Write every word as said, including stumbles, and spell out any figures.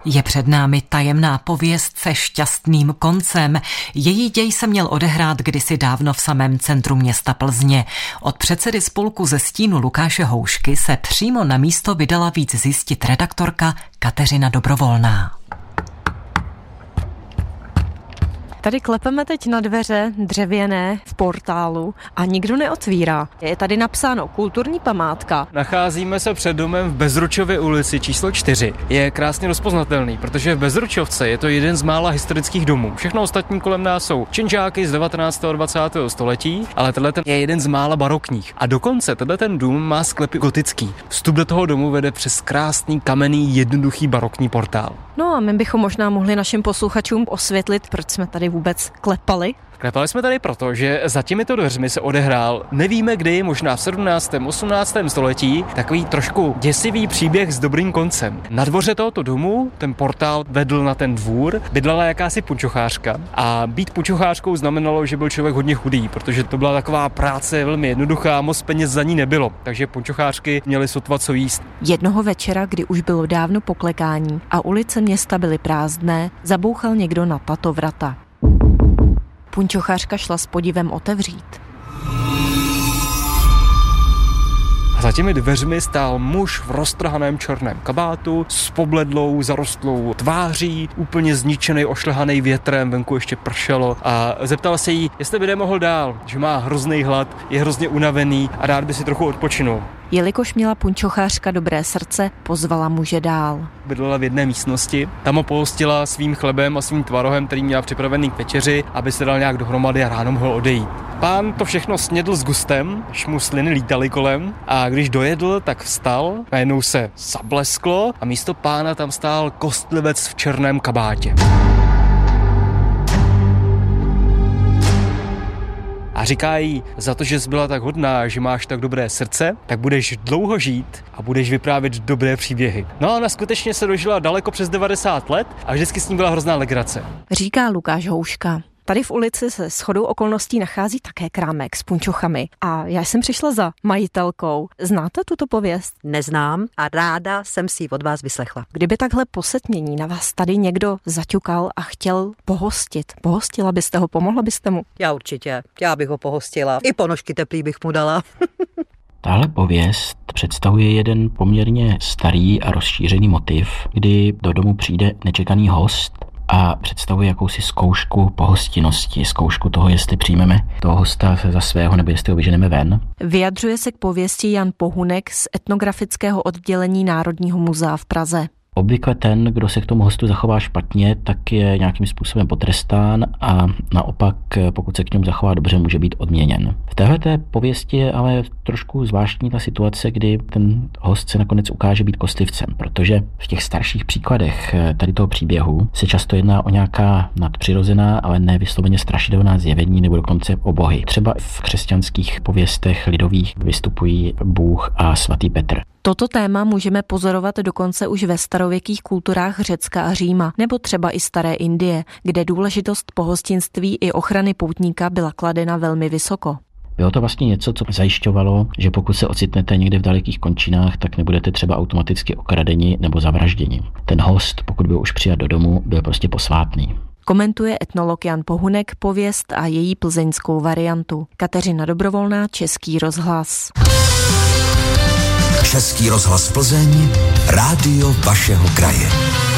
Je před námi tajemná pověst se šťastným koncem. Její děj se měl odehrát kdysi dávno v samém centru města Plzně. Od předsedy spolku Ze stínu Lukáše Houšky se přímo na místo vydala víc zjistit redaktorka Kateřina Dobrovolná. Tady klepeme teď na dveře dřevěné v portálu a nikdo neotvírá. Je tady napsáno kulturní památka. Nacházíme se před domem v Bezručově ulici číslo čtyři. Je krásně rozpoznatelný, protože v Bezručovce je to jeden z mála historických domů. Všechno ostatní kolem nás jsou činžáky z devatenáctého a dvacátého století, ale tenhle je jeden z mála barokních. A dokonce tenhle ten dům má sklepy gotický. Vstup do toho domu vede přes krásný kamenný jednoduchý barokní portál. No a my bychom možná mohli našim posluchačům osvětlit, proč jsme tady vůbec klepali. Klepali jsme tady proto, že za těmito dveřmi se odehrál, nevíme kdy, možná v sedmnáctém osmnáctém století, takový trošku děsivý příběh s dobrým koncem. Na dvoře tohoto domu ten portál vedl na ten dvůr, bydlela jakási punčochářka a být punčochářkou znamenalo, že byl člověk hodně chudý, protože to byla taková práce velmi jednoduchá, moc peněz za ní nebylo, takže punčochářky měly sotva co jíst. Jednoho večera, kdy už bylo dávno poklekání a ulice města byly prázdné, zabouchal někdo na tato vrata. Punčochářka šla s podivem otevřít. A za těmi dveřmi stál muž v roztrhaném černém kabátu s pobledlou, zarostlou tváří, úplně zničený, ošlehaný větrem, venku ještě pršelo a zeptal se jí, jestli by nemohl dál, že má hrozný hlad, je hrozně unavený a rád by si trochu odpočinul. Jelikož měla punčochářka dobré srdce, pozvala muže dál. Bydlela v jedné místnosti, tam ho pohostila svým chlebem a svým tvarohem, který měla připravený k večeři, aby se dal nějak dohromady a ráno mohl odejít. Pán to všechno snědl s gustem, až mu sliny lítaly kolem a když dojedl, tak vstal, najednou se zablesklo a místo pána tam stál kostlivec v černém kabátě. A říká jí, za to, že jsi byla tak hodná, že máš tak dobré srdce, tak budeš dlouho žít a budeš vyprávět dobré příběhy. No a ona skutečně se dožila daleko přes devadesát let a vždycky s ní byla hrozná legrace. Říká Lukáš Houška. Tady v ulici se shodou okolností nachází také krámek s punčochami a já jsem přišla za majitelkou. Znáte tuto pověst? Neznám a ráda jsem si ji od vás vyslechla. Kdyby takhle po setmění na vás tady někdo zaťukal a chtěl pohostit, pohostila byste ho, pomohla byste mu? Já určitě, já bych ho pohostila. I ponožky teplý bych mu dala. Tahle pověst představuje jeden poměrně starý a rozšířený motiv, kdy do domu přijde nečekaný host a představuje jakousi zkoušku pohostinnosti, zkoušku toho, jestli přijmeme toho hosta za svého nebo jestli ho vyženeme ven. Vyjadřuje se k pověsti Jan Pohunek z etnografického oddělení Národního muzea v Praze. Obvykle ten, kdo se k tomu hostu zachová špatně, tak je nějakým způsobem potrestán a naopak, pokud se k němu zachová dobře, může být odměněn. V téhleté pověsti je ale trošku zvláštní ta situace, kdy ten host se nakonec ukáže být kostlivcem, protože v těch starších příkladech tady toho příběhu se často jedná o nějaká nadpřirozená, ale ne vysloveně strašidelná zjevení nebo dokonce o bohy. Třeba v křesťanských pověstech lidových vystupují Bůh a svatý Petr. Toto téma můžeme pozorovat dokonce už ve starověkých kulturách Řecka a Říma, nebo třeba i staré Indie, kde důležitost pohostinství i ochrany poutníka byla kladena velmi vysoko. Bylo to vlastně něco, co zajišťovalo, že pokud se ocitnete někde v dalekých končinách, tak nebudete třeba automaticky okradeni nebo zavražděni. Ten host, pokud byl už přijat do domu, byl prostě posvátný. Komentuje etnolog Jan Pohunek pověst a její plzeňskou variantu. Kateřina Dobrovolná, Český rozhlas. Český rozhlas Plzeň, rádio vašeho kraje.